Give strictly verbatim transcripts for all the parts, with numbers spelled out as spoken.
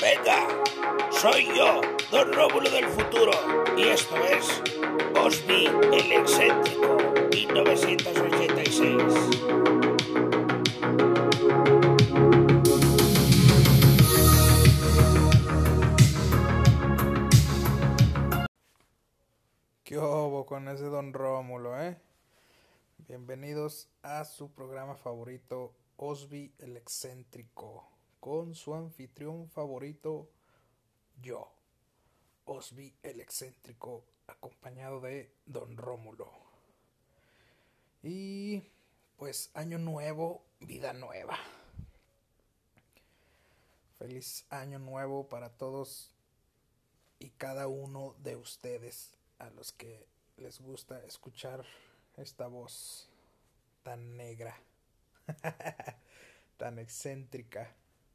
Venga, soy yo, Don Rómulo del futuro, y esto es Osby el excéntrico, mil novecientos ochenta y seis. ¿Qué hubo con ese Don Rómulo, eh? Bienvenidos a su programa favorito, Osby el excéntrico, con su anfitrión favorito, yo, Osby el excéntrico, acompañado de Don Rómulo. Y pues año nuevo, vida nueva. Feliz año nuevo para todos y cada uno de ustedes, a los que les gusta escuchar esta voz tan negra, tan excéntrica.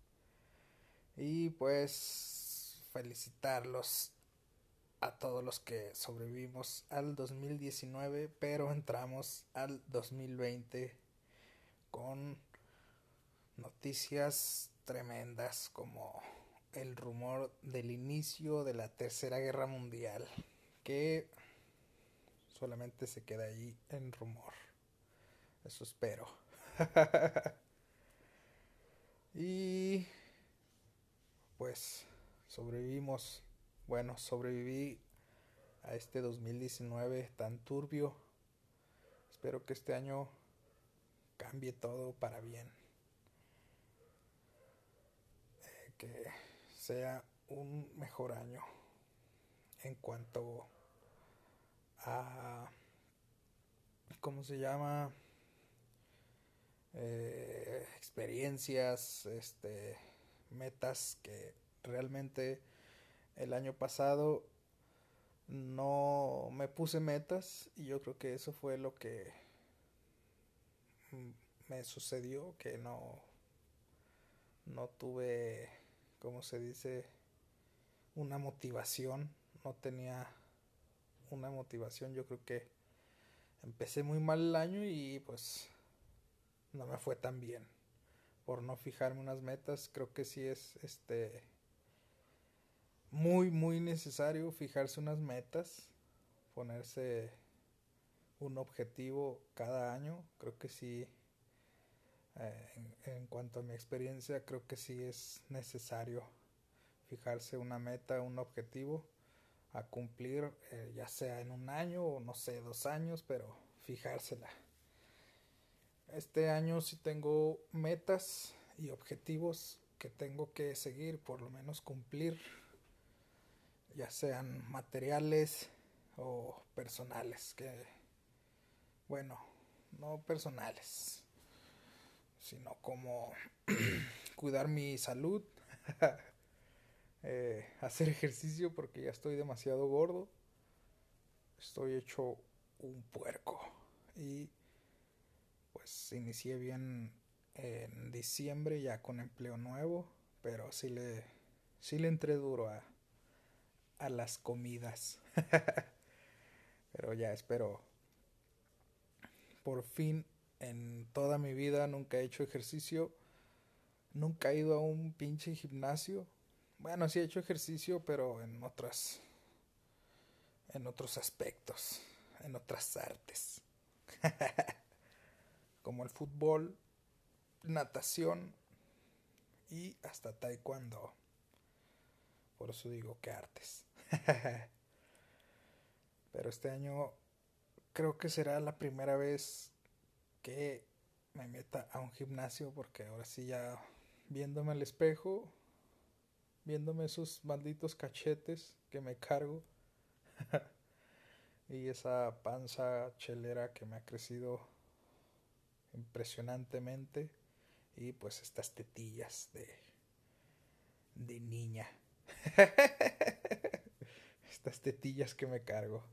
Y pues felicitarlos a todos los que sobrevivimos al dos mil diecinueve, pero entramos al dos mil veinte con noticias tremendas como el rumor del inicio de la Tercera Guerra Mundial, que solamente se queda ahí en rumor. Eso espero. Y pues sobrevivimos. Bueno, sobreviví a este dos mil diecinueve tan turbio. Espero que este año cambie todo para bien. Eh, que sea un mejor año en cuanto a, ¿cómo se llama? Eh, experiencias, este, metas que realmente el año pasado no me puse metas, y yo creo que eso fue lo que me sucedió, que no no tuve, ¿cómo se dice? Una motivación, no tenía una motivación. Yo creo que empecé muy mal el año y pues no me fue tan bien por no fijarme unas metas. Creo que sí es este muy muy necesario fijarse unas metas, ponerse un objetivo cada año. Creo que sí, eh, en, en cuanto a mi experiencia, creo que sí es necesario fijarse una meta, un objetivo a cumplir, eh, ya sea en un año o no sé, dos años, pero fijársela. Este año sí tengo metas y objetivos que tengo que seguir, por lo menos cumplir, ya sean materiales o personales, que bueno, no personales, sino como cuidar mi salud, eh, hacer ejercicio porque ya estoy demasiado gordo, estoy hecho un puerco. Y pues inicié bien en diciembre ya con empleo nuevo, pero sí le, sí le entré duro a, a las comidas. Pero ya espero, por fin, en toda mi vida nunca he hecho ejercicio, nunca he ido a un pinche gimnasio. Bueno, sí he hecho ejercicio, pero en otras, en otros aspectos, en otras artes, como el fútbol, natación y hasta taekwondo. Por eso digo que artes. Pero este año creo que será la primera vez que me meta a un gimnasio, porque ahora sí, ya viéndome al espejo, viéndome esos malditos cachetes que me cargo y esa panza chelera que me ha crecido impresionantemente, y pues estas tetillas de de niña. Estas tetillas que me cargo.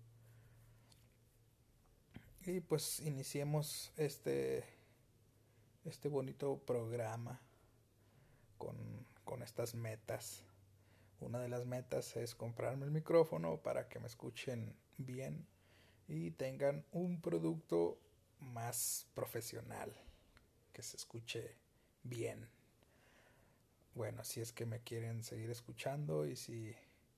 Y pues iniciemos este este bonito programa con, con estas metas. Una de las metas es comprarme el micrófono para que me escuchen bien y tengan un producto más profesional, que se escuche bien. bueno, si es que me quieren seguir escuchando y si,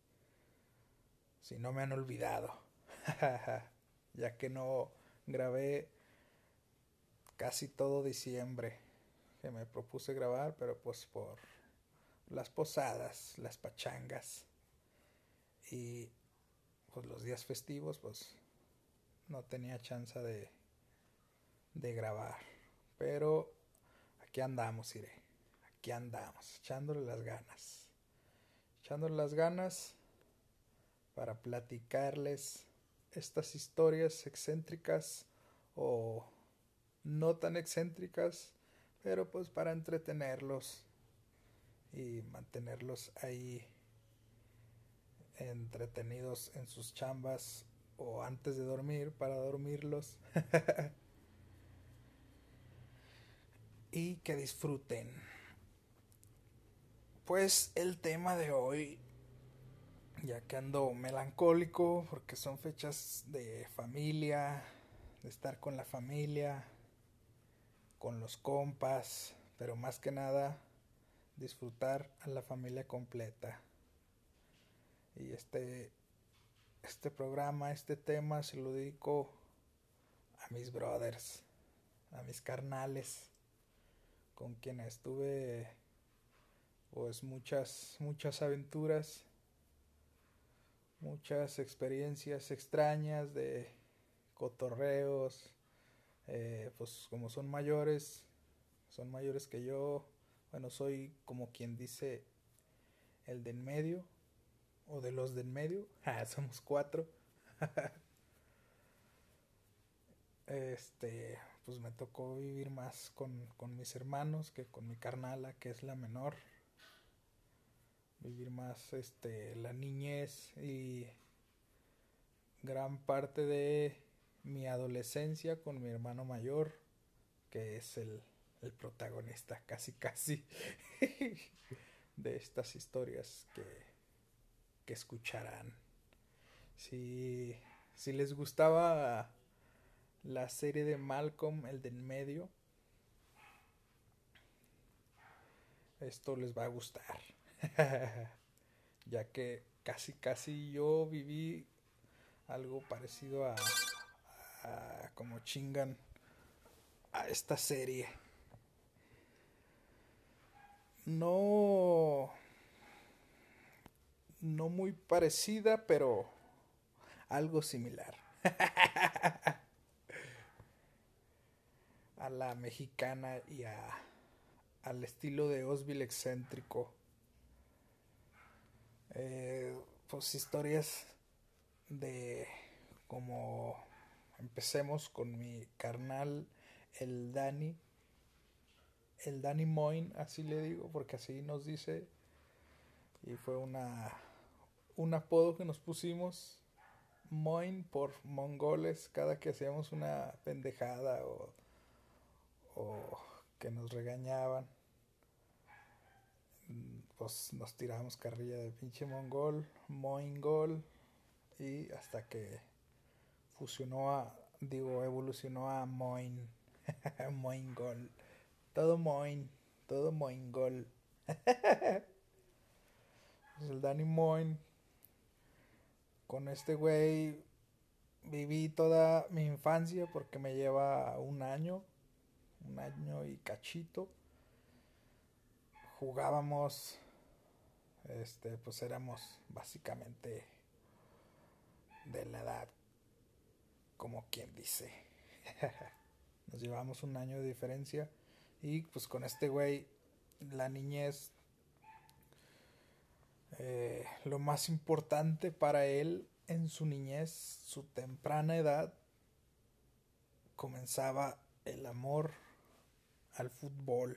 si no me han olvidado. Ya que no grabé casi todo diciembre que me propuse grabar, pero pues por las posadas, las pachangas y pues los días festivos, pues no tenía chance de, de grabar. Pero aquí andamos, iré. Aquí andamos, echándole las ganas. Echándole las ganas para platicarles estas historias excéntricas o no tan excéntricas, pero pues para entretenerlos y mantenerlos ahí entretenidos en sus chambas o antes de dormir para dormirlos. Y que disfruten. Pues el tema de hoy, ya que ando melancólico porque son fechas de familia, de estar con la familia, con los compas, pero más que nada disfrutar a la familia completa. Y este este programa, este tema se lo dedico a mis brothers, a mis carnales, con quienes tuve pues muchas muchas aventuras, muchas experiencias extrañas de cotorreos, eh, pues como son mayores, son mayores que yo, bueno, soy como quien dice el de en medio, o de los de en medio, ah, somos cuatro. Este, pues me tocó vivir más con, con mis hermanos que con mi carnala, que es la menor. Vivir más este, la niñez y gran parte de mi adolescencia con mi hermano mayor, que es el, el protagonista casi casi de estas historias que, que escucharán. Si, si les gustaba la serie de Malcolm, el de en medio, esto les va a gustar. Ya que casi casi yo viví algo parecido a, a como chingan a esta serie. No no muy parecida, pero algo similar. A la mexicana y a al estilo de Osville excéntrico. Eh, pues historias de como empecemos con mi carnal el Dani, el Dani Moin, así le digo porque así nos dice, y fue una un apodo que nos pusimos, Moin, por mongoles, cada que hacíamos una pendejada o, o que nos regañaban, pues nos tirábamos carrilla de pinche mongol, Moingol, y hasta que fusionó a, digo, evolucionó a Moin, Moingol, todo Moin, todo Moingol. Pues el Danny Moin, con este güey viví toda mi infancia porque me lleva un año, un año y cachito. Jugábamos, este, pues éramos básicamente de la edad, como quien dice. Nos llevamos un año de diferencia y pues con este güey la niñez, eh, lo más importante para él en su niñez, su temprana edad, comenzaba el amor al fútbol.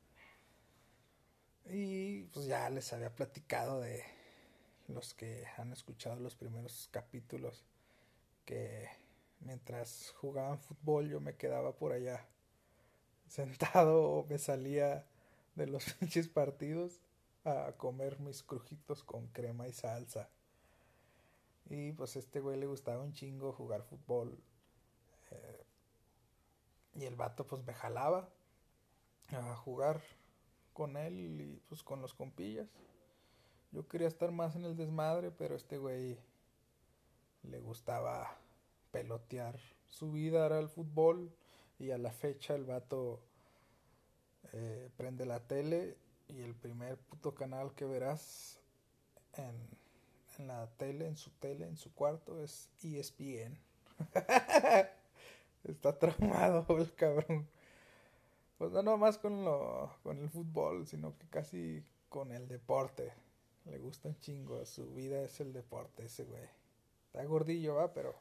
Y pues ya les había platicado de los que han escuchado los primeros capítulos que mientras jugaban fútbol yo me quedaba por allá sentado o me salía de los pinches partidos a comer mis crujitos con crema y salsa. Y pues a este güey le gustaba un chingo jugar fútbol. Y el vato pues me jalaba a jugar con él y pues con los compillas. Yo quería estar más en el desmadre, pero este güey le gustaba pelotear. Su vida era el fútbol y a la fecha el vato eh, prende la tele y el primer puto canal que verás en, en la tele, en su tele, en su cuarto es E S P N. Está traumado el cabrón. Pues no nomás con lo, con el fútbol, sino que casi con el deporte. Le gusta un chingo, su vida es el deporte ese güey. Está gordillo, va, pero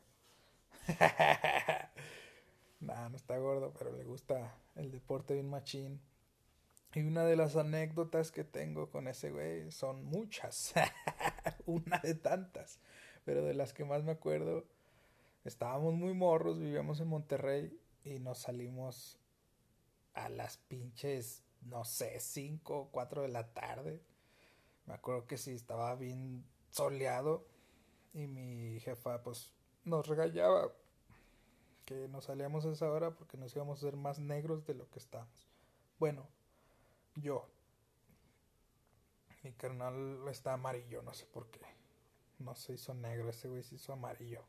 nah, no está gordo, pero le gusta el deporte bien machín. Y una de las anécdotas que tengo con ese güey son muchas. Una de tantas. Pero de las que más me acuerdo, estábamos muy morros, vivíamos en Monterrey y nos salimos a las pinches, no sé, cinco o cuatro de la tarde. Me acuerdo que sí, estaba bien soleado y mi jefa pues nos regañaba que nos salíamos a esa hora porque nos íbamos a hacer más negros de lo que estábamos. Bueno, yo. Mi carnal está amarillo, no sé por qué. No se hizo negro, ese güey se hizo amarillo.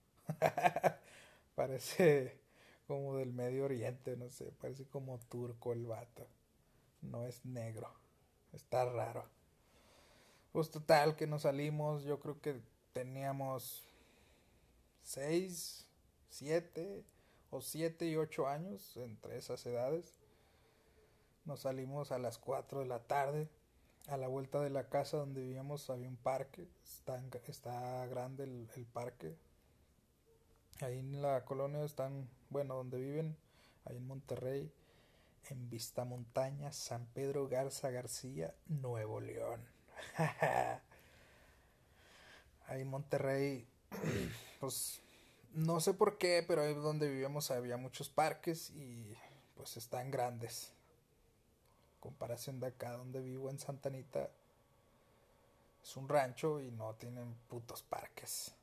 Parece como del Medio Oriente, no sé, parece como turco el vato. No es negro, está raro. Pues total que nos salimos, yo creo que teníamos seis, siete o siete y ocho años, entre esas edades. Nos salimos a las cuatro de la tarde. A la vuelta de la casa donde vivíamos había un parque. Está, está grande el, el parque. Ahí en la colonia están, bueno, donde viven, ahí en Monterrey, en Vista Montaña, San Pedro Garza García, Nuevo León. Ahí en Monterrey, pues no sé por qué, pero ahí donde vivíamos había muchos parques y pues están grandes. Comparación de acá donde vivo en Santa Anita, es un rancho y no tienen putos parques.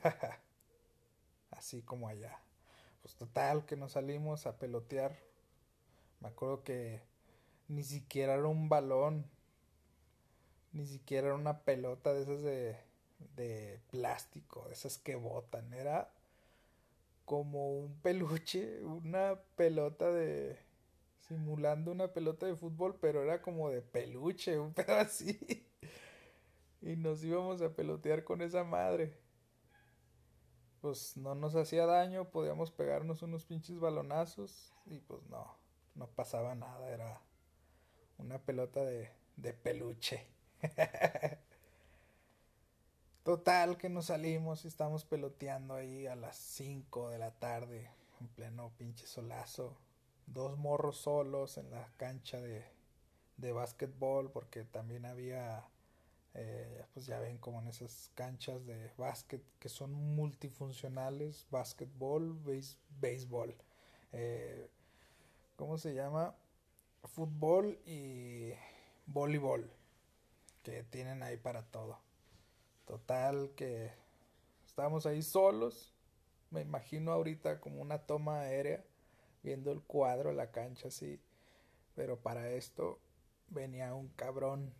Así como allá. Pues total que nos salimos a pelotear. Me acuerdo que ni siquiera era un balón, ni siquiera era una pelota de esas de, de plástico, de esas que botan. Era como un peluche, una pelota de, simulando una pelota de fútbol, pero era como de peluche, un pedo así. Y nos íbamos a pelotear con esa madre. Pues no nos hacía daño, podíamos pegarnos unos pinches balonazos y pues no, no pasaba nada, era una pelota de, de peluche. Total que nos salimos y estamos peloteando ahí a las cinco de la tarde, en pleno pinche solazo. Dos morros solos en la cancha de, de básquetbol, porque también había, eh, pues ya ven como en esas canchas de básquet que son multifuncionales, básquetbol, béis, béisbol, eh, ¿cómo se llama? Fútbol y voleibol, que tienen ahí para todo. Total que estábamos ahí solos, me imagino ahorita como una toma aérea, viendo el cuadro, la cancha así, pero para esto venía un cabrón,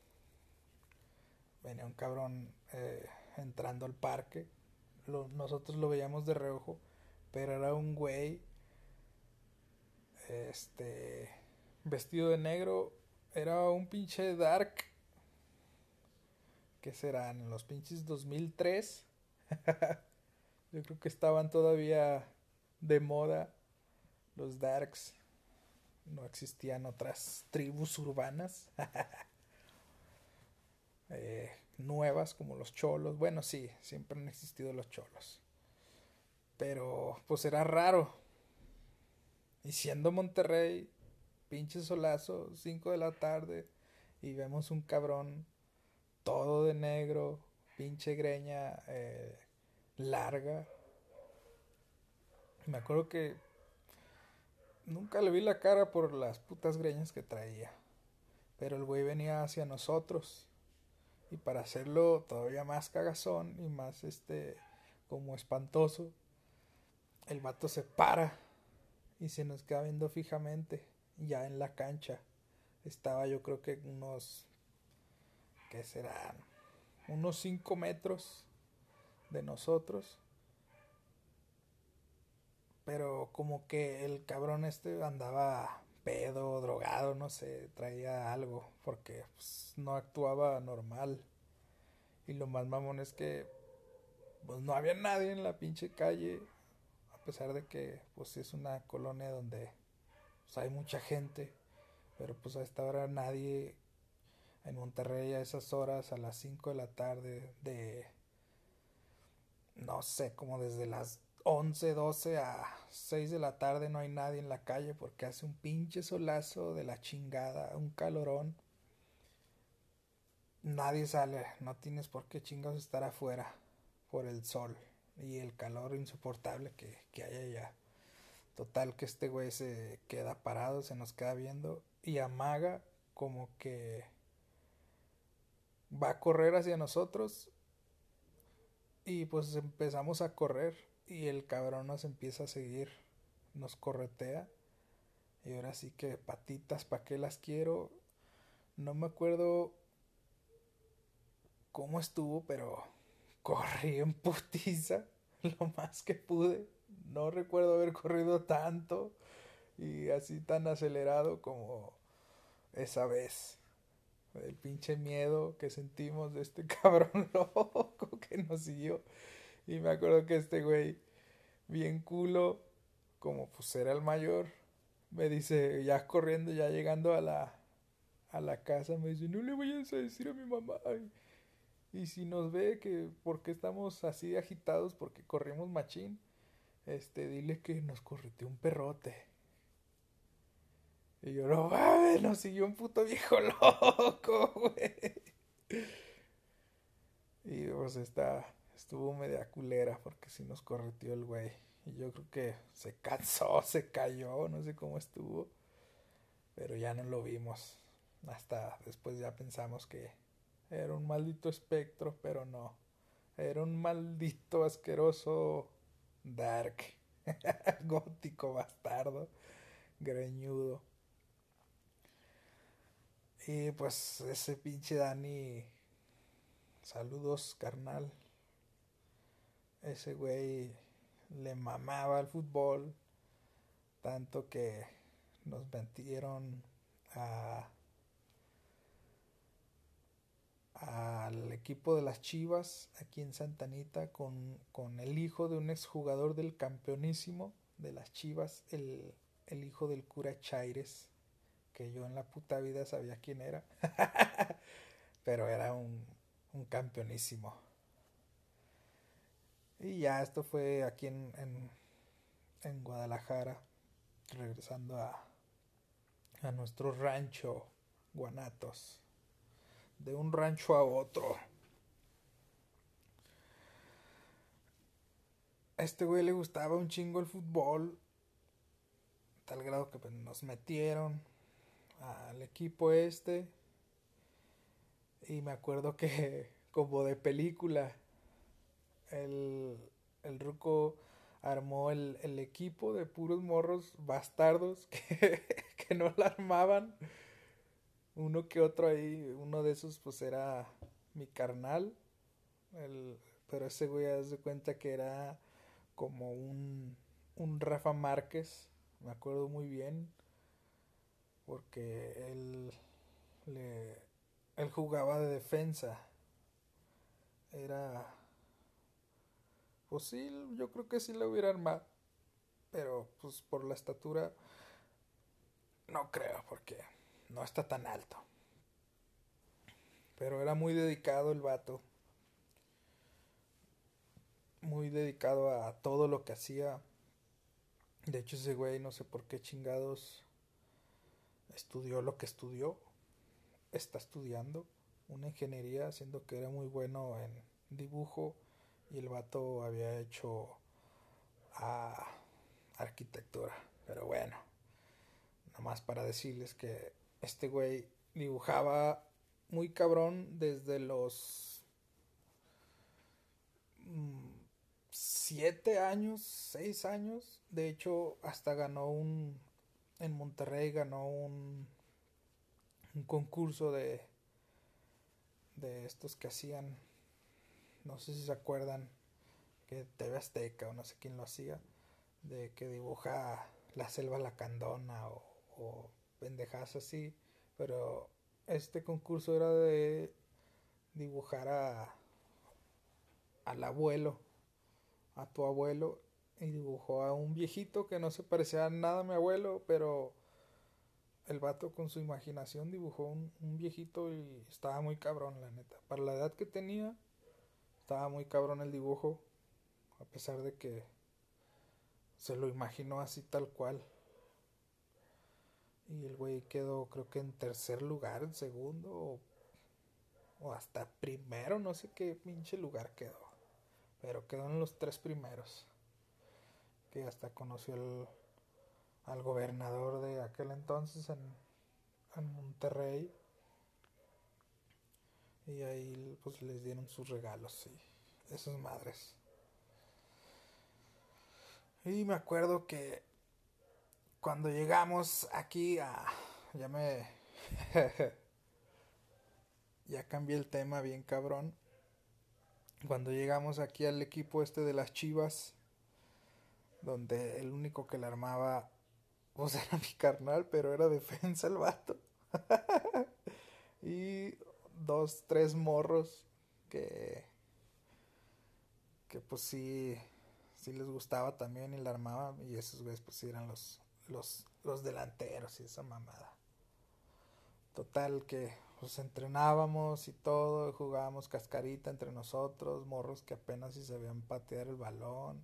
venía un cabrón eh, entrando al parque, lo, nosotros lo veíamos de reojo, pero era un güey, este, vestido de negro, era un pinche dark, que serán los pinches dos mil tres, yo creo que estaban todavía de moda los darks. No existían otras tribus urbanas eh, nuevas como los cholos. Bueno, sí, siempre han existido los cholos. Pero pues era raro. Y siendo Monterrey, pinche solazo, cinco de la tarde, y vemos un cabrón todo de negro, pinche greña eh, larga. Me acuerdo que nunca le vi la cara por las putas greñas que traía. Pero el güey venía hacia nosotros. Y para hacerlo todavía más cagazón y más este como espantoso, el vato se para y se nos queda viendo fijamente ya en la cancha. Estaba yo creo que unos, ¿qué serán? Unos cinco metros de nosotros. Pero como que el cabrón este andaba pedo, drogado, no sé, traía algo, porque pues, no actuaba normal. Y lo más mamón es que pues no había nadie en la pinche calle, a pesar de que pues es una colonia donde pues, hay mucha gente, pero pues a esta hora nadie en Monterrey a esas horas, a las cinco de la tarde, de no sé, como desde las once doce a seis de la tarde no hay nadie en la calle porque hace un pinche solazo de la chingada, un calorón. Nadie sale, no tienes por qué chingados estar afuera por el sol y el calor insoportable que, que hay allá. Total que este güey se queda parado, se nos queda viendo y amaga como que va a correr hacia nosotros y pues empezamos a correr y el cabrón nos empieza a seguir, nos corretea y ahora sí que patitas, ¿para qué las quiero? No me acuerdo cómo estuvo, pero corrí en putiza lo más que pude. No recuerdo haber corrido tanto y así tan acelerado como esa vez. El pinche miedo que sentimos de este cabrón loco que nos siguió. Y me acuerdo que este güey, bien culo, como pues era el mayor, me dice, ya corriendo, ya llegando a la, a la casa, me dice, no le vayas a decir a mi mamá. Y si nos ve que porque estamos así agitados, porque corrimos machín, este, dile que nos correteó un perrote. Y yo, no mames, nos siguió un puto viejo loco, güey. Y pues está, estuvo media culera porque si nos correteó el güey. Y yo creo que se cansó, se cayó, no sé cómo estuvo. Pero ya no lo vimos. Hasta después ya pensamos que era un maldito espectro, pero no. Era un maldito asqueroso dark. Gótico bastardo. Greñudo. Y pues ese pinche Dani. Saludos, carnal. Ese güey le mamaba al fútbol. Tanto que nos metieron a al equipo de las Chivas aquí en Santa Anita con, con el hijo de un exjugador del campeonísimo de las Chivas, el, el hijo del cura Chaires, que yo en la puta vida sabía quién era, pero era un, un campeonísimo. Y ya esto fue aquí en, en, en Guadalajara, regresando a, a nuestro rancho Guanatos, de un rancho a otro. A este güey le gustaba un chingo el fútbol, tal grado que pues, nos metieron al equipo este. Y me acuerdo que, como de película, el, el ruco armó el, el equipo de puros morros bastardos que, que no la armaban. Uno que otro ahí, uno de esos pues era mi carnal. El, pero ese güey, haz de cuenta que era como un, un Rafa Márquez, me acuerdo muy bien, porque él, le, él jugaba de defensa. Era, pues sí, yo creo que sí lo hubiera armado, pero pues por la estatura no creo, porque no está tan alto. Pero era muy dedicado el vato, muy dedicado a todo lo que hacía. De hecho ese güey no sé por qué chingados estudió lo que estudió. Está estudiando una ingeniería, siendo que era muy bueno en dibujo y el vato había hecho a arquitectura. Pero bueno, nomás para decirles que este güey dibujaba muy cabrón desde los mmm, siete años, seis años. De hecho, hasta ganó un, en Monterrey ganó un, un concurso de, de estos que hacían, no sé si se acuerdan, que T V Azteca o no sé quién lo hacía, de que dibuja la selva lacandona o, o pendejas así, pero este concurso era de dibujar a, al abuelo, a tu abuelo, y dibujó a un viejito que no se parecía nada a mi abuelo, pero el vato con su imaginación dibujó un, un viejito y estaba muy cabrón, la neta. Para la edad que tenía, estaba muy cabrón el dibujo, a pesar de que se lo imaginó así tal cual. Y el güey quedó, creo que en tercer lugar, en segundo, o, o hasta primero, no sé qué pinche lugar quedó. Pero quedó en los tres primeros. Que hasta conoció el, al gobernador de aquel entonces en, en Monterrey. Y ahí pues les dieron sus regalos y esas madres. Y me acuerdo que cuando llegamos aquí a... Ya me... ya cambié el tema bien cabrón. Cuando llegamos aquí al equipo este de las Chivas, donde el único que la armaba pues era mi carnal, pero era defensa el vato. Y dos, tres morros que que pues sí sí les gustaba también y la armaban, y esos güeyes pues eran los los los delanteros y esa mamada. Total que pues entrenábamos y todo, y jugábamos cascarita entre nosotros, morros que apenas si sabían patear el balón.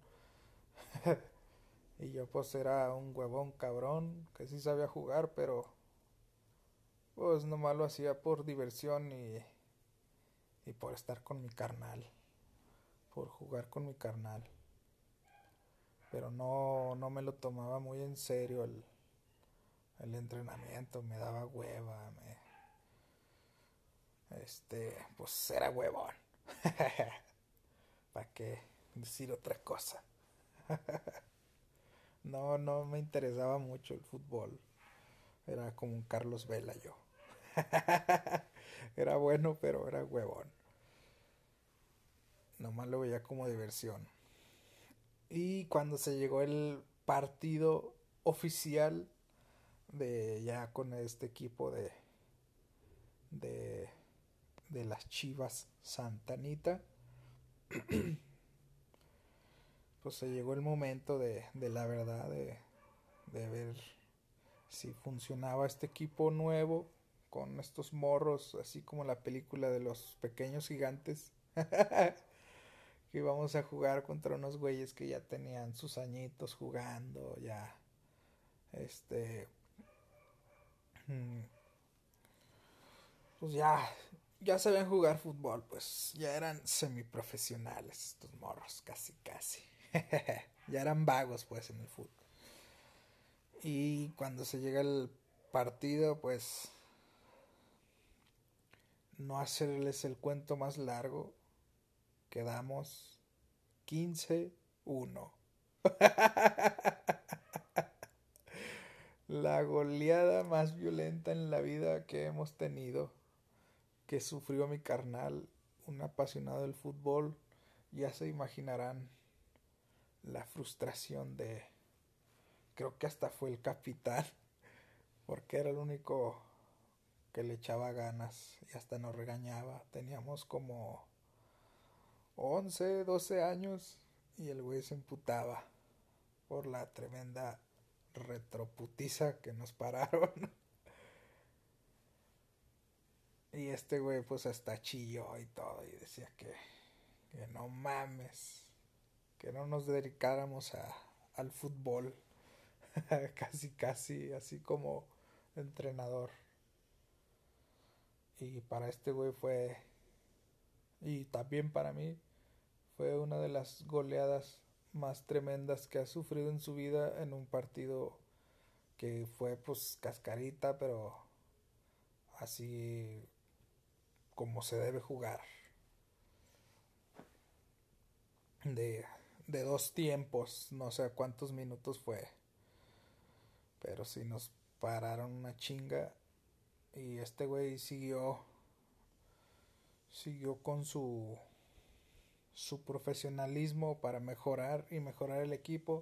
Y yo pues era un huevón cabrón que sí sabía jugar, pero pues nomás lo hacía por diversión y, y por estar con mi carnal, por jugar con mi carnal. Pero no, no me lo tomaba muy en serio el, el entrenamiento, me daba hueva, me, este, pues era huevón. ¿Para qué decir otra cosa? No, no me interesaba mucho el fútbol. Era como un Carlos Vela yo. Era bueno, pero era huevón. Nomás lo veía como diversión. Y cuando se llegó el partido oficial de ya con este equipo de de, de las Chivas Santanita, pues se llegó el momento de, de la verdad de, de ver si funcionaba este equipo nuevo con estos morros, así como la película de los pequeños gigantes. Que íbamos a jugar contra unos güeyes que ya tenían sus añitos jugando, ya este pues ya ya sabían jugar fútbol, pues ya eran semiprofesionales estos morros, casi casi. Ya eran vagos pues en el fútbol. Y cuando se llega el partido, pues no hacerles el cuento más largo, quedamos quince uno. La goleada más violenta en la vida que hemos tenido, que sufrió mi carnal, un apasionado del fútbol. Ya se imaginarán la frustración de... Creo que hasta fue el capitán, porque era el único que le echaba ganas y hasta nos regañaba. Teníamos como once, doce años y el güey se emputaba por la tremenda retroputiza que nos pararon. Y este güey pues hasta chilló y todo y decía que, que no mames, que no nos dedicáramos a, al fútbol. Casi casi así como entrenador. Y para este güey fue, y también para mí, fue una de las goleadas más tremendas que ha sufrido en su vida en un partido que fue pues cascarita, pero así como se debe jugar. De, de dos tiempos, no sé cuántos minutos fue, pero sí nos pararon una chinga y este güey siguió, siguió con su, su profesionalismo para mejorar y mejorar el equipo.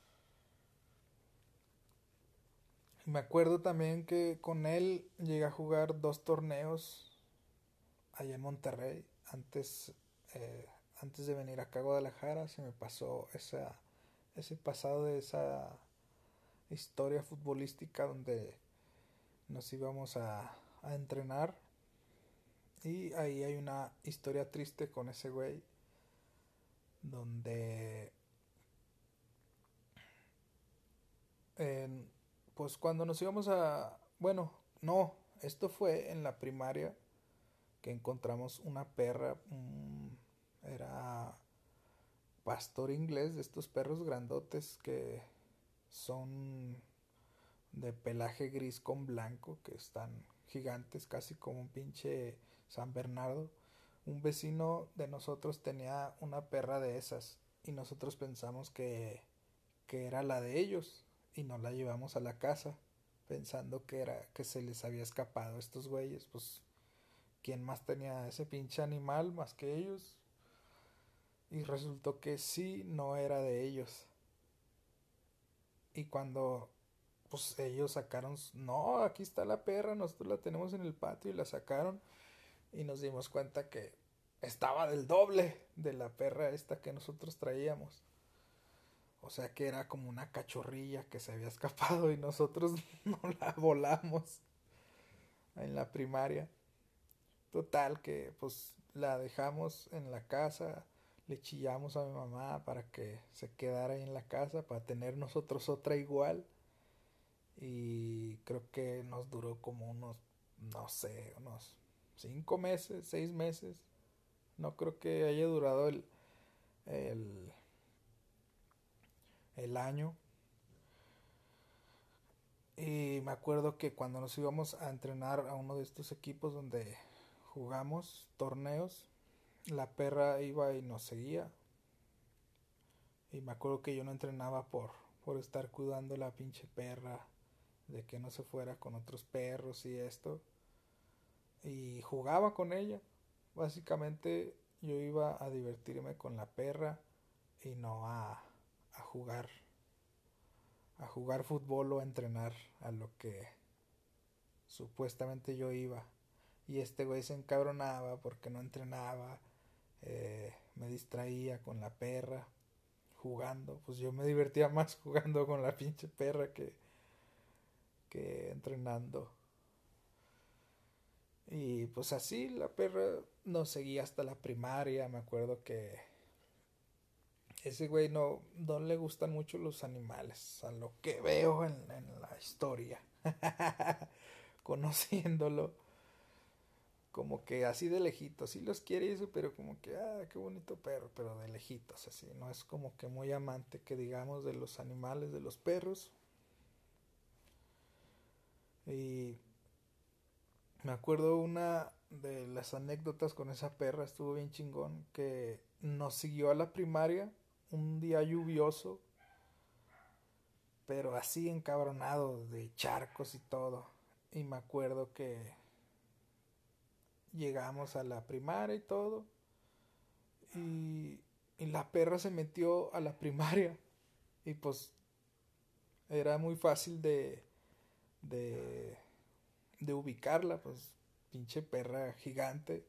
Me acuerdo también que con él llegué a jugar dos torneos allá en Monterrey. Antes, eh, antes de venir acá a Guadalajara se me pasó esa, ese pasado de esa historia futbolística donde nos íbamos a, a entrenar. Y ahí hay una historia triste con ese güey donde en, pues cuando nos íbamos a... Bueno, no, esto fue en la primaria que encontramos una perra, um, era pastor inglés, de estos perros grandotes que son de pelaje gris con blanco, que están gigantes, casi como un pinche San Bernardo. Un vecino de nosotros tenía una perra de esas y nosotros pensamos que, que era la de ellos y nos la llevamos a la casa pensando que era que se les había escapado a estos güeyes. Pues quién más tenía ese pinche animal más que ellos, y resultó que sí, no era de ellos. Y cuando pues ellos sacaron, no, aquí está la perra, nosotros la tenemos en el patio, y la sacaron y nos dimos cuenta que estaba del doble de la perra esta que nosotros traíamos. O sea que era como una cachorrilla que se había escapado y nosotros no la volamos en la primaria. Total que pues la dejamos en la casa, le chillamos a mi mamá para que se quedara ahí en la casa para tener nosotros otra igual. Y creo que nos duró como unos, no sé, unos cinco meses, seis meses. No creo que haya durado el, el, el año. Y me acuerdo que cuando nos íbamos a entrenar a uno de estos equipos donde jugamos torneos, la perra iba y nos seguía. Y me acuerdo que yo no entrenaba por, por estar cuidando la pinche perra, de que no se fuera con otros perros y esto. Y jugaba con ella. Básicamente yo iba a divertirme con la perra y no a, a jugar a jugar fútbol o a entrenar a lo que supuestamente yo iba. Y este güey se encabronaba porque no entrenaba, eh, me distraía con la perra jugando. Pues yo me divertía más jugando con la pinche perra que, que entrenando. Y pues así la perra nos seguía hasta la primaria. Me acuerdo que ese güey no, no le gustan mucho los animales, a lo que veo en, en la historia. Conociéndolo, como que así de lejitos, sí los quiere eso, pero como que, ah, qué bonito perro, pero de lejitos, así, no es como que muy amante, que digamos, de los animales, de los perros. Y me acuerdo una de las anécdotas con esa perra, estuvo bien chingón, que nos siguió a la primaria un día lluvioso, pero así encabronado, de charcos y todo. Y me acuerdo que llegamos a la primaria y todo, y, y la perra se metió a la primaria, y pues era muy fácil de, de, de ubicarla, pues pinche perra gigante.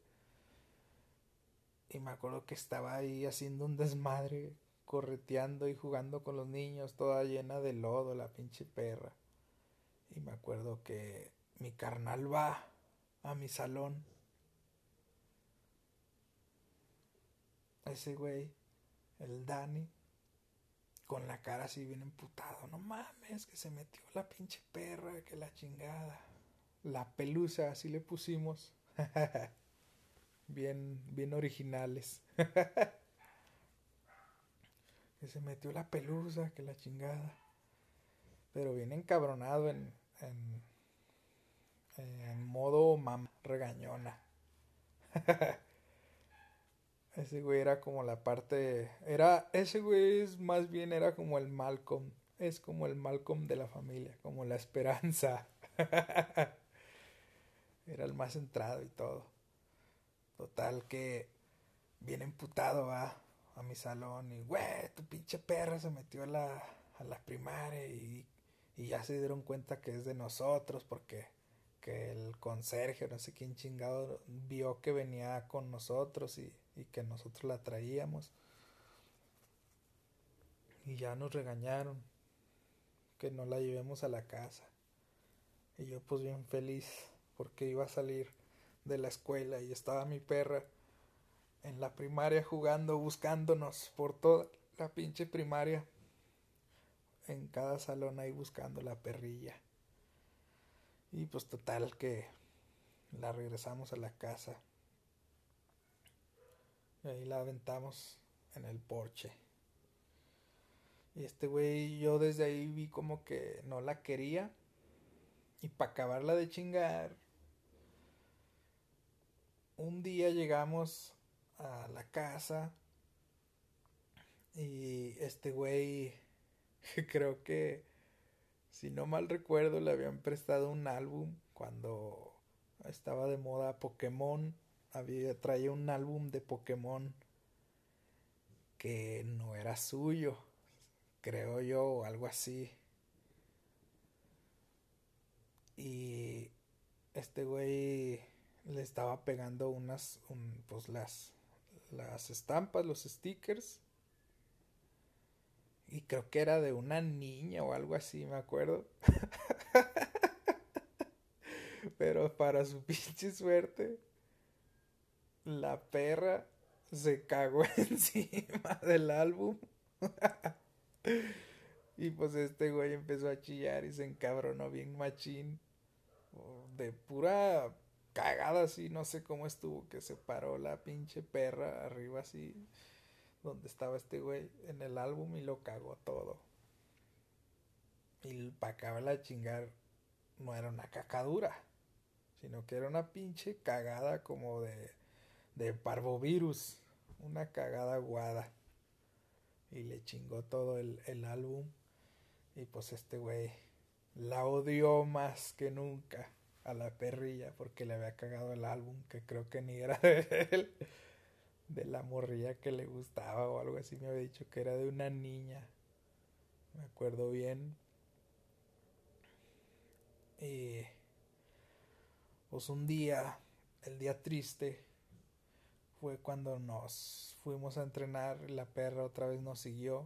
Y me acuerdo que estaba ahí haciendo un desmadre, correteando y jugando con los niños, toda llena de lodo la pinche perra. Y me acuerdo que mi carnal va a mi salón, ese güey, el Dani, con la cara así bien emputado. No mames, que se metió la pinche perra, que la chingada. La pelusa, así le pusimos. bien, bien originales. Que se metió la pelusa, que la chingada. Pero bien encabronado en, en, en modo mam regañona. Ese güey era como la parte... Era, ese güey es más bien era como el Malcolm. Es como el Malcolm de la familia, como la esperanza. Era el más centrado y todo. Total que bien emputado va a mi salón y, güey, tu pinche perra se metió a la, a la primaria y, y ya se dieron cuenta que es de nosotros porque que el conserje, no sé quién chingado, vio que venía con nosotros y, y que nosotros la traíamos. Y ya nos regañaron que no la llevemos a la casa. Y yo pues bien feliz porque iba a salir de la escuela y estaba mi perra en la primaria jugando, buscándonos por toda la pinche primaria. En cada salón ahí buscando la perrilla. Y pues total que la regresamos a la casa. Y ahí la aventamos en el porche. Y este güey, yo desde ahí vi como que no la quería. Y para acabarla de chingar, un día llegamos a la casa y este güey, creo que, si no mal recuerdo, le habían prestado un álbum cuando estaba de moda Pokémon. Había traía un álbum de Pokémon que no era suyo, creo yo, o algo así. Y este güey le estaba pegando unas, un, pues las, las estampas, los stickers. Y creo que era de una niña o algo así, me acuerdo. Pero para su pinche suerte, la perra se cagó encima del álbum. Y pues este güey empezó a chillar y se encabronó bien machín. De pura cagada así, no sé cómo estuvo, que se paró la pinche perra arriba así, donde estaba este güey en el álbum y lo cagó todo. Y para acabarla de chingar, no era una cacadura, sino que era una pinche cagada como de, de parvovirus, una cagada aguada. Y le chingó todo el, el álbum. Y pues este güey la odió más que nunca a la perrilla porque le había cagado el álbum, que creo que ni era de él, de la morrilla que le gustaba o algo así. Me había dicho que era de una niña, me acuerdo bien. Y pues un día, el día triste, fue cuando nos fuimos a entrenar. La perra otra vez nos siguió.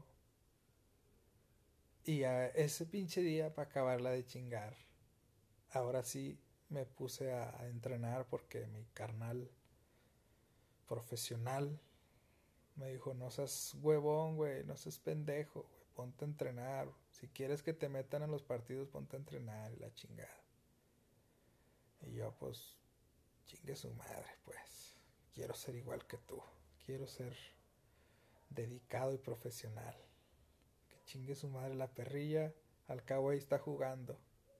Y a ese pinche día, para acabarla de chingar, ahora sí me puse a, a entrenar porque mi carnal profesional me dijo: no seas huevón, güey, no seas pendejo, güey, ponte a entrenar. Si quieres que te metan en los partidos, ponte a entrenar y la chingada. Y yo, pues, chingue su madre, pues. Quiero ser igual que tú. Quiero ser dedicado y profesional. Que chingue su madre la perrilla. Al cabo ahí está jugando.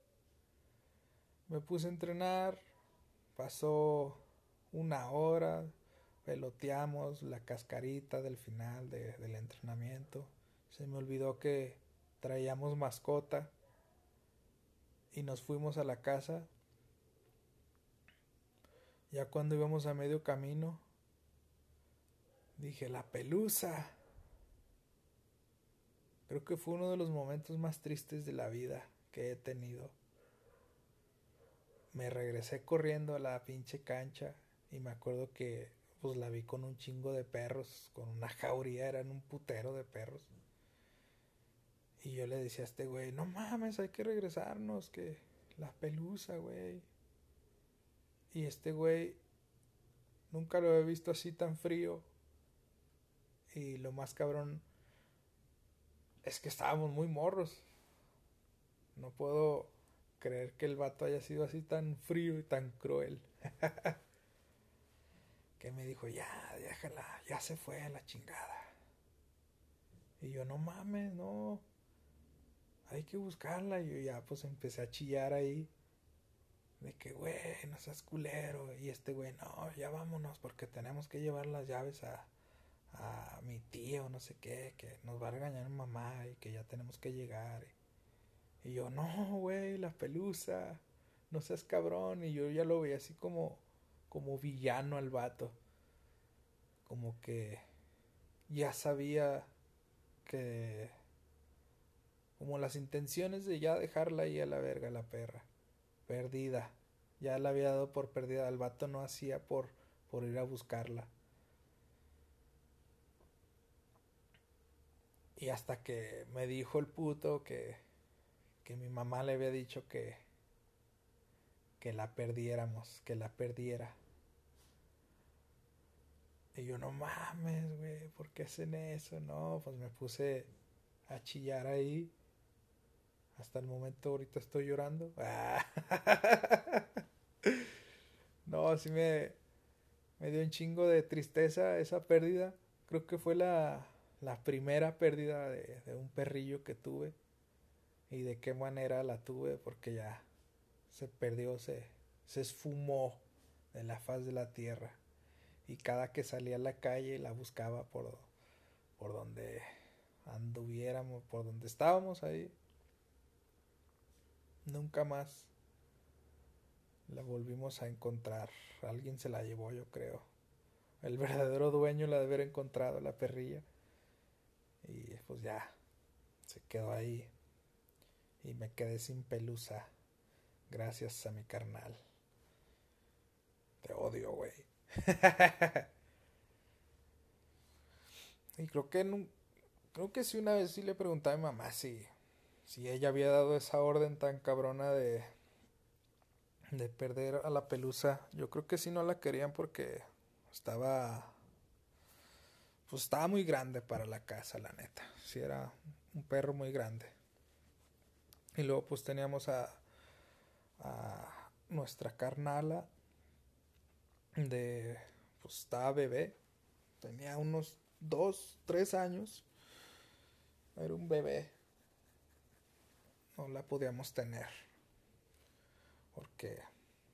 Me puse a entrenar. Pasó una hora. Peloteamos la cascarita del final de, del entrenamiento. Se me olvidó que traíamos mascota. Y nos fuimos a la casa. Ya cuando íbamos a medio camino, dije: la pelusa. Creo que fue uno de los momentos más tristes de la vida que he tenido. Me regresé corriendo a la pinche cancha y me acuerdo que pues la vi con un chingo de perros, con una jauría, eran un putero de perros. Y yo le decía a este güey: no mames, hay que regresarnos, que la pelusa, güey. Y este güey nunca lo he visto así tan frío. Y lo más cabrón es que estábamos muy morros. No puedo creer que el vato haya sido así tan frío y tan cruel. Que me dijo: ya, déjala, ya se fue a la chingada. Y yo: no mames, no, hay que buscarla. Y yo ya pues empecé a chillar ahí. De que, güey, no seas culero. Y este güey: no, ya vámonos porque tenemos que llevar las llaves a, a mi tío, no sé qué, que nos va a regañar mi mamá y que ya tenemos que llegar. Y yo: no, güey, la pelusa. no seas cabrón. Y yo ya lo veía así como, como villano al vato. Como que ya sabía que, como las intenciones de ya dejarla ahí a la verga, la perra. Perdida. Ya la había dado por perdida. El vato no hacía por, por ir a buscarla. Y hasta que me dijo el puto que, que mi mamá le había dicho que, que la perdiéramos, que la perdiera. Y yo, no mames, güey, ¿por qué hacen eso? No, pues me puse a chillar ahí. Hasta el momento ahorita estoy llorando. No, así me, me dio un chingo de tristeza esa pérdida. Creo que fue la, la primera pérdida de, de un perrillo que tuve. Y de qué manera la tuve, porque ya se perdió, se, se esfumó de la faz de la tierra. Y cada que salía a la calle la buscaba por, por donde anduviéramos, por donde estábamos ahí. Nunca más la volvimos a encontrar. Alguien se la llevó, yo creo. El verdadero dueño la de haber encontrado, la perrilla. Y pues ya, se quedó ahí. Y me quedé sin pelusa. Gracias a mi carnal. Te odio, güey. Y creo que no, creo que sí, una vez sí le pregunté a mi mamá si, si ella había dado esa orden tan cabrona de, de perder a la pelusa. Yo creo que sí no la querían porque estaba, pues estaba muy grande para la casa, la neta. Sí era un perro muy grande. Y luego pues teníamos a, a nuestra carnala de, pues estaba bebé. Tenía unos dos, tres años. Era un bebé. No la podíamos tener. Porque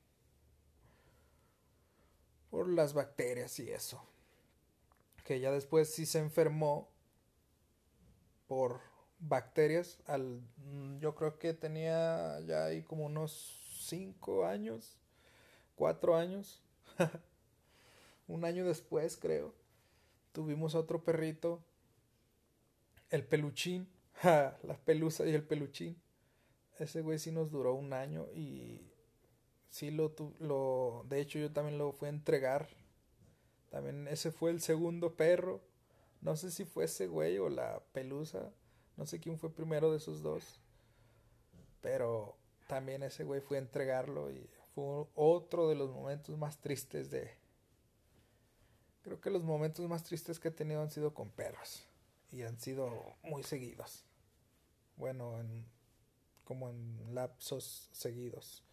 por las bacterias y eso. Que ya después sí se enfermó por bacterias. Al, yo creo que tenía ya ahí como unos cinco años, cuatro años. Un año después, creo, tuvimos otro perrito, el peluchín. La pelusa y el peluchín. Ese güey sí nos duró un año y sí lo, lo de hecho yo también lo fui a entregar. También ese fue el segundo perro. No sé si fue ese güey o la pelusa. No sé quién fue primero de esos dos. Pero también ese güey fue a entregarlo y fue otro de los momentos más tristes de... Creo que los momentos más tristes que he tenido han sido con perros. Y han sido muy seguidos. Bueno, en, como en lapsos seguidos.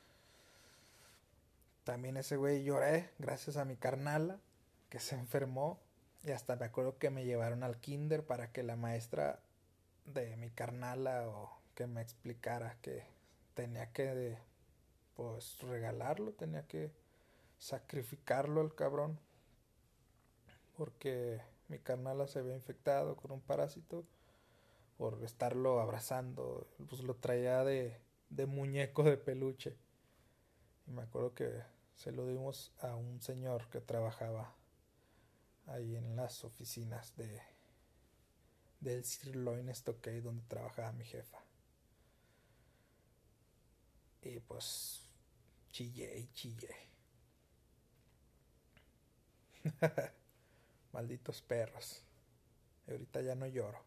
También ese güey lloré gracias a mi carnala que se enfermó. Y hasta me acuerdo que me llevaron al kinder para que la maestra de mi carnala o que me explicara que tenía que pues regalarlo, tenía que sacrificarlo al cabrón porque mi carnala se había infectado con un parásito por estarlo abrazando, pues lo traía de, de muñeco de peluche. Y me acuerdo que se lo dimos a un señor que trabajaba ahí en las oficinas de del Sirloin Stockade donde trabajaba mi jefa. Y pues chillé y chillé. Malditos perros. Y ahorita ya no lloro.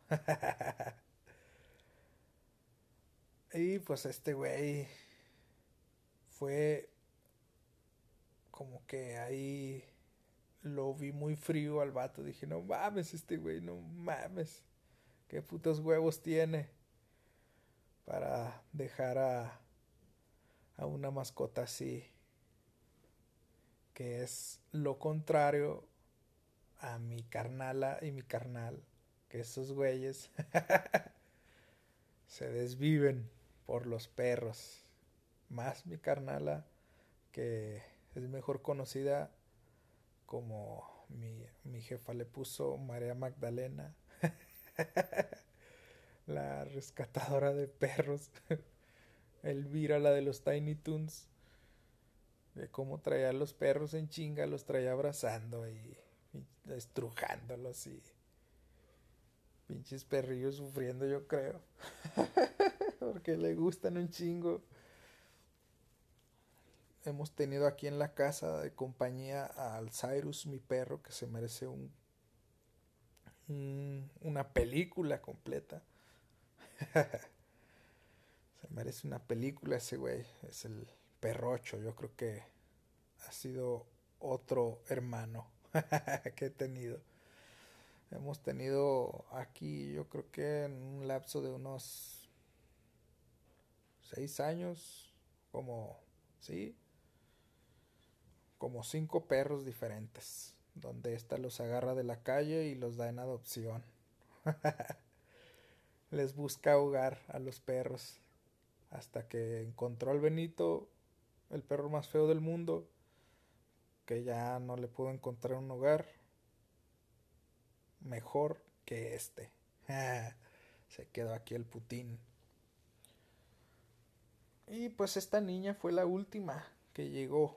Y pues este güey fue como que ahí lo vi muy frío al vato. Dije, no mames, este güey, no mames. Qué putos huevos tiene para dejar a, a una mascota así. Que es lo contrario a mi carnala y mi carnal. Que esos güeyes se desviven por los perros. Más mi carnala, que es mejor conocida como mi, mi jefa le puso María Magdalena. La rescatadora de perros. Elvira, la de los Tiny Toons, de cómo traía a los perros en chinga, los traía abrazando y, y estrujándolos y pinches perrillos sufriendo, yo creo. Porque le gustan un chingo. Hemos tenido aquí en la casa de compañía al Cyrus, mi perro, que se merece un, un una película completa. Se merece una película ese güey. Es el perrocho. Yo creo que ha sido otro hermano que he tenido. Hemos tenido aquí, yo creo que en un lapso de unos seis años, como, sí, como cinco perros diferentes, donde ésta los agarra de la calle y los da en adopción. Les busca hogar a los perros, hasta que encontró al Benito, el perro más feo del mundo, que ya no le pudo encontrar un hogar mejor que este. Se quedó aquí el Putín. Y pues esta niña fue la última que llegó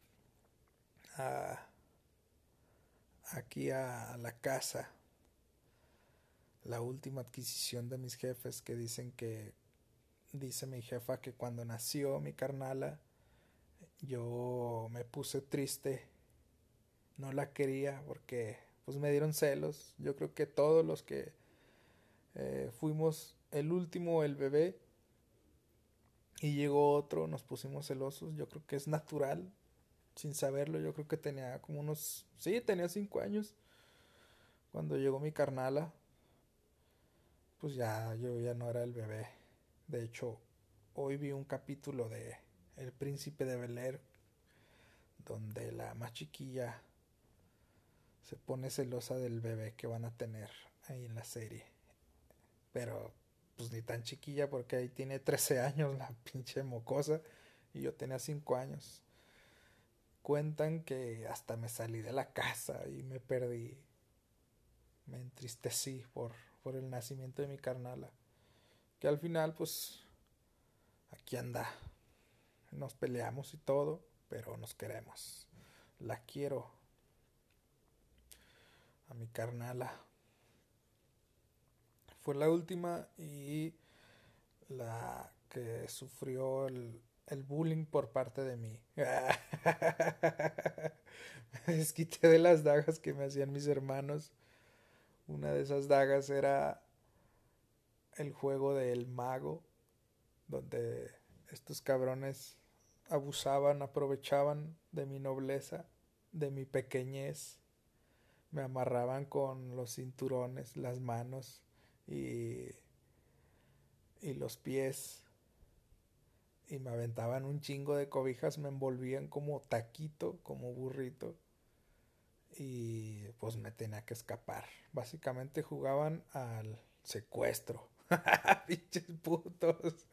a, aquí a la casa. La última adquisición de mis jefes, que dicen que, dice mi jefa que cuando nació mi carnala, yo me puse triste, no la quería porque pues me dieron celos. Yo creo que todos los que eh, fuimos el último, el bebé, y llegó otro, nos pusimos celosos. Yo creo que es natural, sin saberlo. Yo creo que tenía como unos, sí, tenía cinco años cuando llegó mi carnala. Pues ya, yo ya no era el bebé. De hecho, hoy vi un capítulo de El Príncipe de Bel-Air, donde la más chiquilla se pone celosa del bebé que van a tener ahí en la serie. Pero pues ni tan chiquilla, porque ahí tiene trece años la pinche mocosa y yo tenía cinco años. Cuentan que hasta me salí de la casa y me perdí. Me entristecí por, por el nacimiento de mi carnala. Que al final pues aquí anda. Nos peleamos y todo, pero nos queremos. La quiero a mi carnala. Fue la última y la que sufrió el, el bullying por parte de mí. Me desquité de las dagas que me hacían mis hermanos. Una de esas dagas era el juego del mago, donde estos cabrones abusaban, aprovechaban de mi nobleza, de mi pequeñez. Me amarraban con los cinturones, las manos y, y los pies. Y me aventaban un chingo de cobijas, me envolvían como taquito, como burrito. Y pues me tenía que escapar. Básicamente jugaban al secuestro. Pinches putos.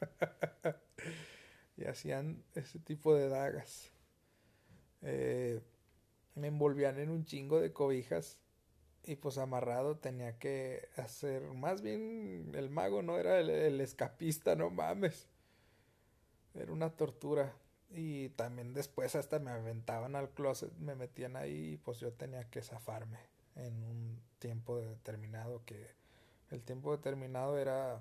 Y hacían ese tipo de dagas. Eh, me envolvían en un chingo de cobijas. Y pues amarrado tenía que hacer. Más bien el mago no era el, el escapista, no mames. Era una tortura. Y también después hasta me aventaban al closet, me metían ahí y pues yo tenía que zafarme en un tiempo determinado, que el tiempo determinado era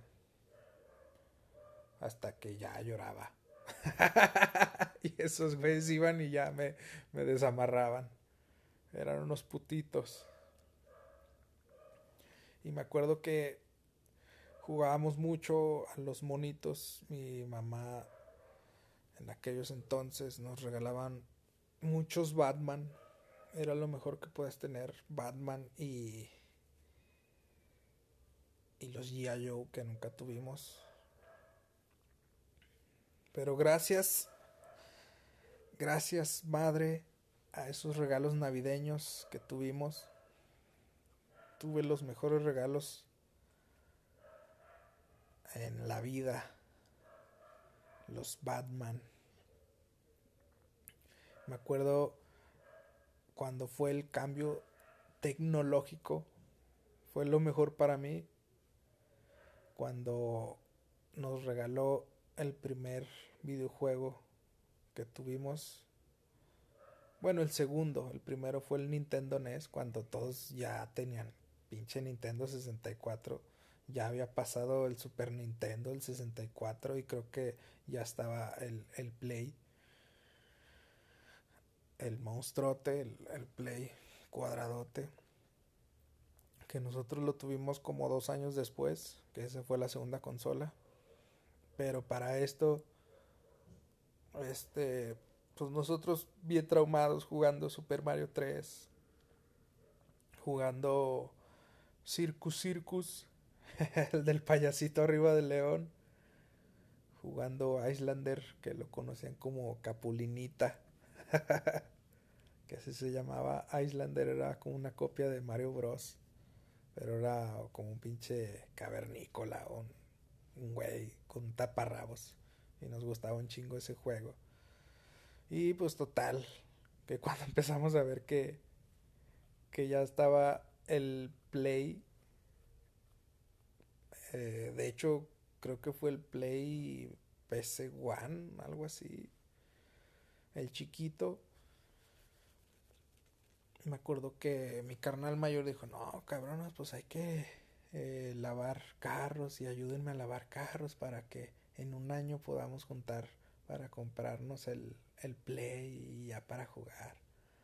hasta que ya lloraba. Y esos güeyes iban y ya me, me desamarraban. Eran unos putitos. Y me acuerdo que jugábamos mucho a los monitos. Mi mamá en aquellos entonces nos regalaban muchos Batman. Era lo mejor que puedes tener, Batman y y los G I. Joe, que nunca tuvimos. Pero gracias, gracias madre, a esos regalos navideños que tuvimos, tuve los mejores regalos en la vida, los Batman. Me acuerdo cuando fue el cambio tecnológico, fue lo mejor para mí, cuando nos regaló el primer videojuego que tuvimos. Bueno, el segundo. El primero fue el Nintendo N E S, cuando todos ya tenían pinche Nintendo sesenta y cuatro. Ya había pasado el Super Nintendo, el sesenta y cuatro, y creo que ya estaba el, el Play. El monstruote, el, el Play cuadradote. Que nosotros lo tuvimos como dos años después, que esa fue la segunda consola. Pero para esto, este, pues nosotros bien traumados jugando Super Mario tres, jugando Circus Circus, el del payasito arriba del león, jugando Islander, que lo conocían como Capulinita, que así se llamaba. Islander era como una copia de Mario Bros, pero era como un pinche cavernícola, un, un güey con un taparrabos, y nos gustaba un chingo ese juego. Y pues total, que cuando empezamos a ver que, que ya estaba el Play, eh, de hecho creo que fue el Play P S uno, algo así, el chiquito. Me acuerdo que mi carnal mayor dijo, no, cabronas, pues hay que eh, lavar carros y ayúdenme a lavar carros para que en un año podamos juntar para comprarnos el, el Play y ya para jugar.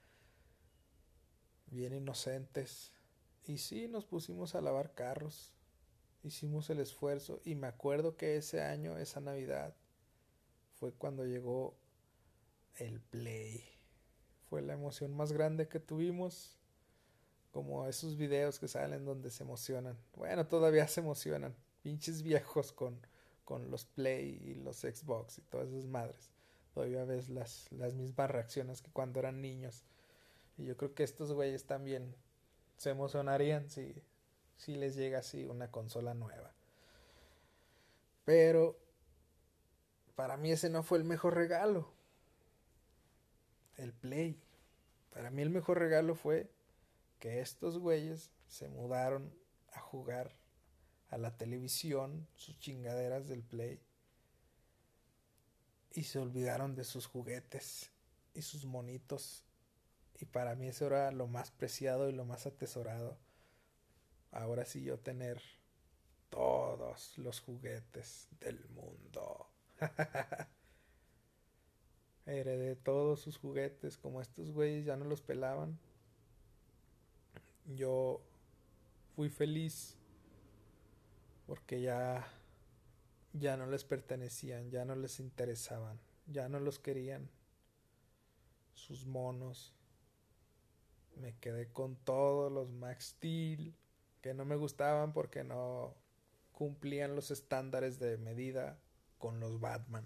Bien inocentes. Y sí, nos pusimos a lavar carros. Hicimos el esfuerzo. Y me acuerdo que ese año, esa Navidad, fue cuando llegó el Play. Fue la emoción más grande que tuvimos. Como esos videos que salen donde se emocionan. Bueno, todavía se emocionan. Pinches viejos con, con los Play y los Xbox y todas esas madres. Todavía ves las, las mismas reacciones que cuando eran niños. Y yo creo que estos güeyes también se emocionarían si, si les llega así una consola nueva. Pero para mí ese no fue el mejor regalo. El Play. Para mí el mejor regalo fue que estos güeyes se mudaron a jugar a la televisión sus chingaderas del Play y se olvidaron de sus juguetes y sus monitos. Y para mí eso era lo más preciado y lo más atesorado. Ahora sí, yo tener todos los juguetes del mundo. Heredé todos sus juguetes. Como estos güeyes ya no los pelaban, yo fui feliz porque ya ya no les pertenecían, ya no les interesaban, ya no los querían. Sus monos. Me quedé con todos los Max Steel que no me gustaban porque no cumplían los estándares de medida con los Batman.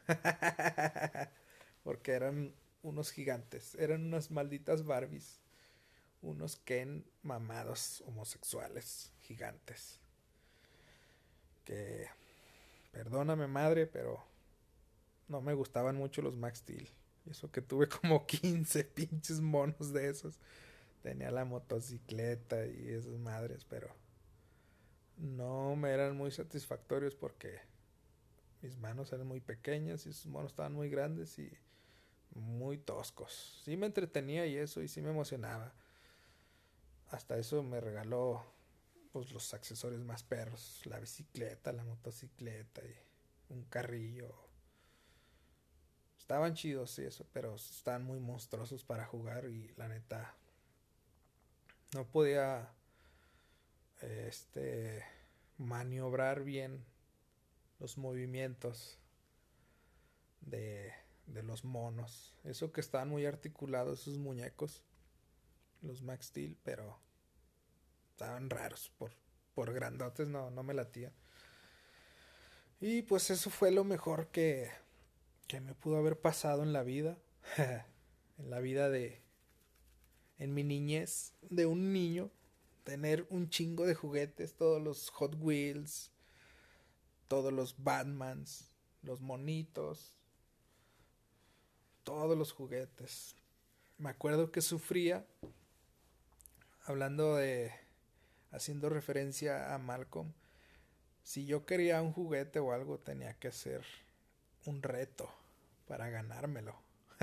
Porque eran unos gigantes, eran unas malditas Barbies, unos Ken mamados homosexuales gigantes. Que, perdóname madre, pero no me gustaban mucho los Max Steel. Y eso que tuve como quince pinches monos de esos. Tenía la motocicleta y esas madres, pero no me eran muy satisfactorios porque mis manos eran muy pequeñas y sus monos estaban muy grandes y muy toscos. Sí me entretenía y eso, y sí me emocionaba. Hasta eso me regaló pues los accesorios más perros, la bicicleta, la motocicleta y un carrillo. Estaban chidos y eso, pero estaban muy monstruosos para jugar y la neta no podía este maniobrar bien los movimientos de, de los monos. Eso que estaban muy articulados esos muñecos, los Max Steel, pero estaban raros por, por grandotes, no, no me latían. Y pues eso fue lo mejor que, que me pudo haber pasado en la vida. En la vida de, en mi niñez, de un niño, tener un chingo de juguetes, todos los Hot Wheels, todos los Batmans, los monitos, todos los juguetes. Me acuerdo que sufría, hablando de, haciendo referencia a Malcolm, si yo quería un juguete o algo tenía que hacer un reto para ganármelo.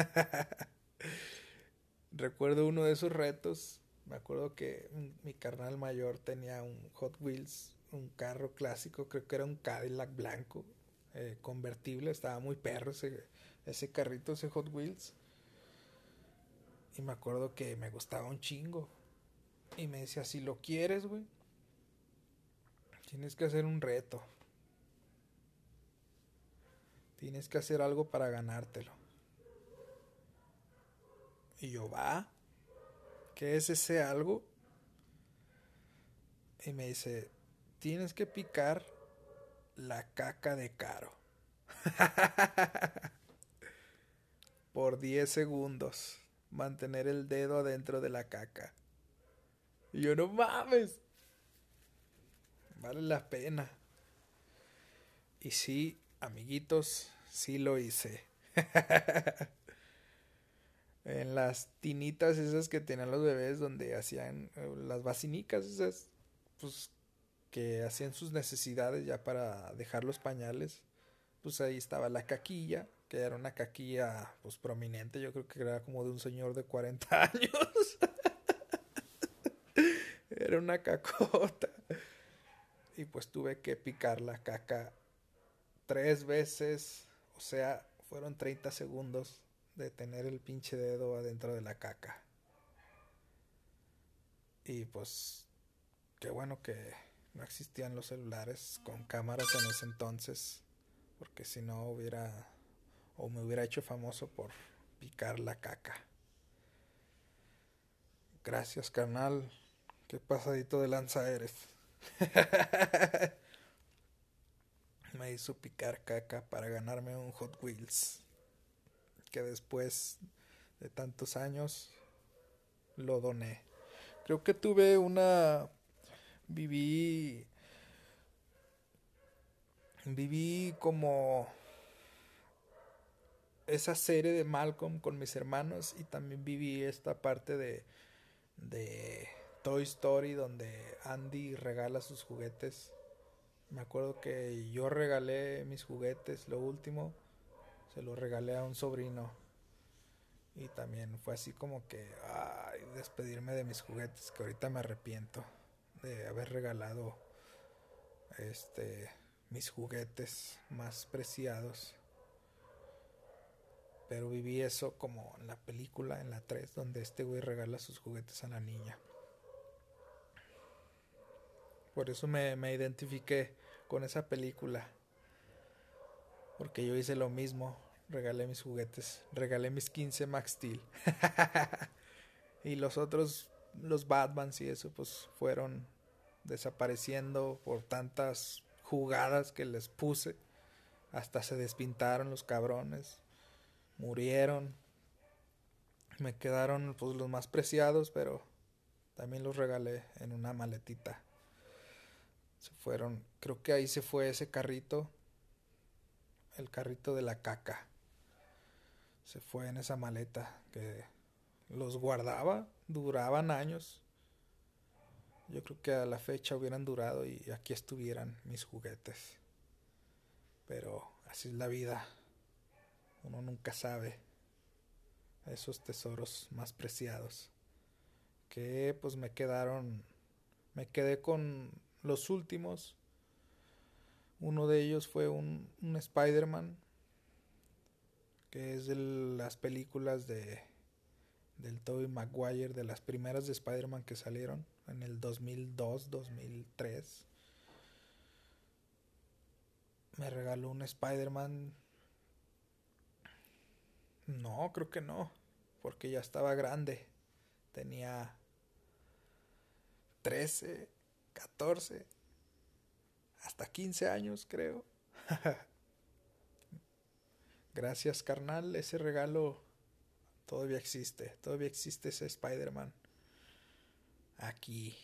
Recuerdo uno de esos retos. Me acuerdo que mi carnal mayor tenía un Hot Wheels, un carro clásico, creo que era un Cadillac blanco, eh, convertible. Estaba muy perro ese, ese carrito, ese Hot Wheels. Y me acuerdo que me gustaba un chingo. Y me decía, si lo quieres, güey, tienes que hacer un reto. Tienes que hacer algo para ganártelo. Y yo, va, ¿qué es ese algo? Y me dice, tienes que picar la caca de Caro. Por diez segundos. Mantener el dedo adentro de la caca. Y yo, no mames. Vale la pena. Y sí, amiguitos, sí lo hice. En las tinitas esas que tenían los bebés, donde hacían eh, las vacinicas esas, pues que hacían sus necesidades ya para dejar los pañales, pues ahí estaba la caquilla, que era una caquilla pues prominente, yo creo que era como de un señor de cuarenta años. Era una cacota. Y pues tuve que picar la caca tres veces, o sea, fueron treinta segundos de tener el pinche dedo adentro de la caca. Y pues qué bueno que no existían los celulares con cámaras en ese entonces, porque si no hubiera o me hubiera hecho famoso por picar la caca. Gracias, carnal. Qué pasadito de lanza eres. Me hizo picar caca para ganarme un Hot Wheels, que después de tantos años lo doné. Creo que tuve una... Viví... Viví como esa serie de Malcolm con mis hermanos, y también viví esta parte de, de Toy Story donde Andy regala sus juguetes. Me acuerdo que yo regalé mis juguetes, lo último, se lo regalé a un sobrino. Y también fue así como que, ay, despedirme de mis juguetes, que ahorita me arrepiento de haber regalado este mis juguetes más preciados. Pero viví eso como en la película, en la tres, donde este güey regala sus juguetes a la niña. Por eso me, me identifiqué con esa película. Porque yo hice lo mismo. Regalé mis juguetes. Regalé mis quince Max Steel. Y los otros, los Batmans y eso, pues fueron desapareciendo por tantas jugadas que les puse. Hasta se despintaron los cabrones. Murieron. Me quedaron pues los más preciados, pero también los regalé en una maletita. Se fueron, creo que ahí se fue ese carrito, el carrito de la caca. Se fue en esa maleta que los guardaba, duraban años. Yo creo que a la fecha hubieran durado y aquí estuvieran mis juguetes. Pero así es la vida. Uno nunca sabe esos tesoros más preciados. Que pues me quedaron, me quedé con los últimos. Uno de ellos fue un, un Spider-Man, que es de las películas de del Tobey Maguire, de las primeras de Spider-Man que salieron en el dos mil dos, dos mil tres. Me regaló un Spider-Man. No, creo que no, porque ya estaba grande. Tenía trece, catorce, hasta quince años, creo. Gracias, carnal. Ese regalo todavía existe. Todavía existe ese Spider-Man. Aquí.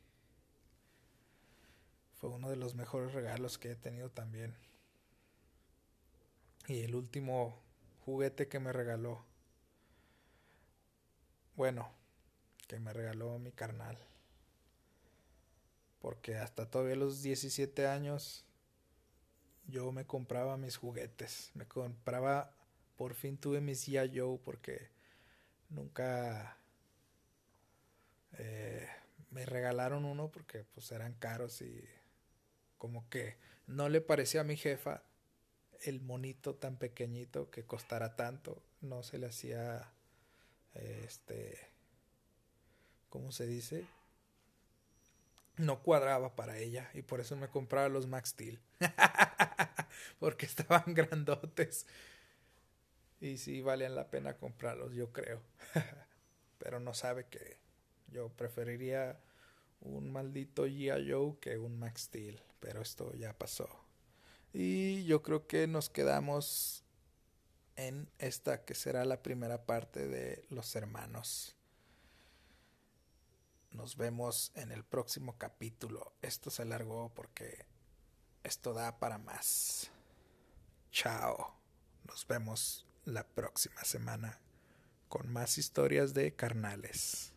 Fue uno de los mejores regalos que he tenido también. Y el último juguete que me regaló. Bueno, que me regaló mi carnal. Porque hasta todavía los diecisiete años yo me compraba mis juguetes. Me compraba, por fin tuve mis G I. Joe porque nunca eh, me regalaron uno porque pues eran caros y como que no le parecía a mi jefa el monito tan pequeñito que costara tanto. No se le hacía, este, ¿cómo se dice? No cuadraba para ella y por eso me compraba los Max Steel. Porque estaban grandotes y sí valían la pena comprarlos, yo creo. Pero no sabe que yo preferiría un maldito G I. Joe que un Max Steel, pero esto ya pasó. Y yo creo que nos quedamos en esta que será la primera parte de Los Hermanos. Nos vemos en el próximo capítulo. Esto se alargó porque esto da para más. Chao. Nos vemos la próxima semana con más historias de carnales.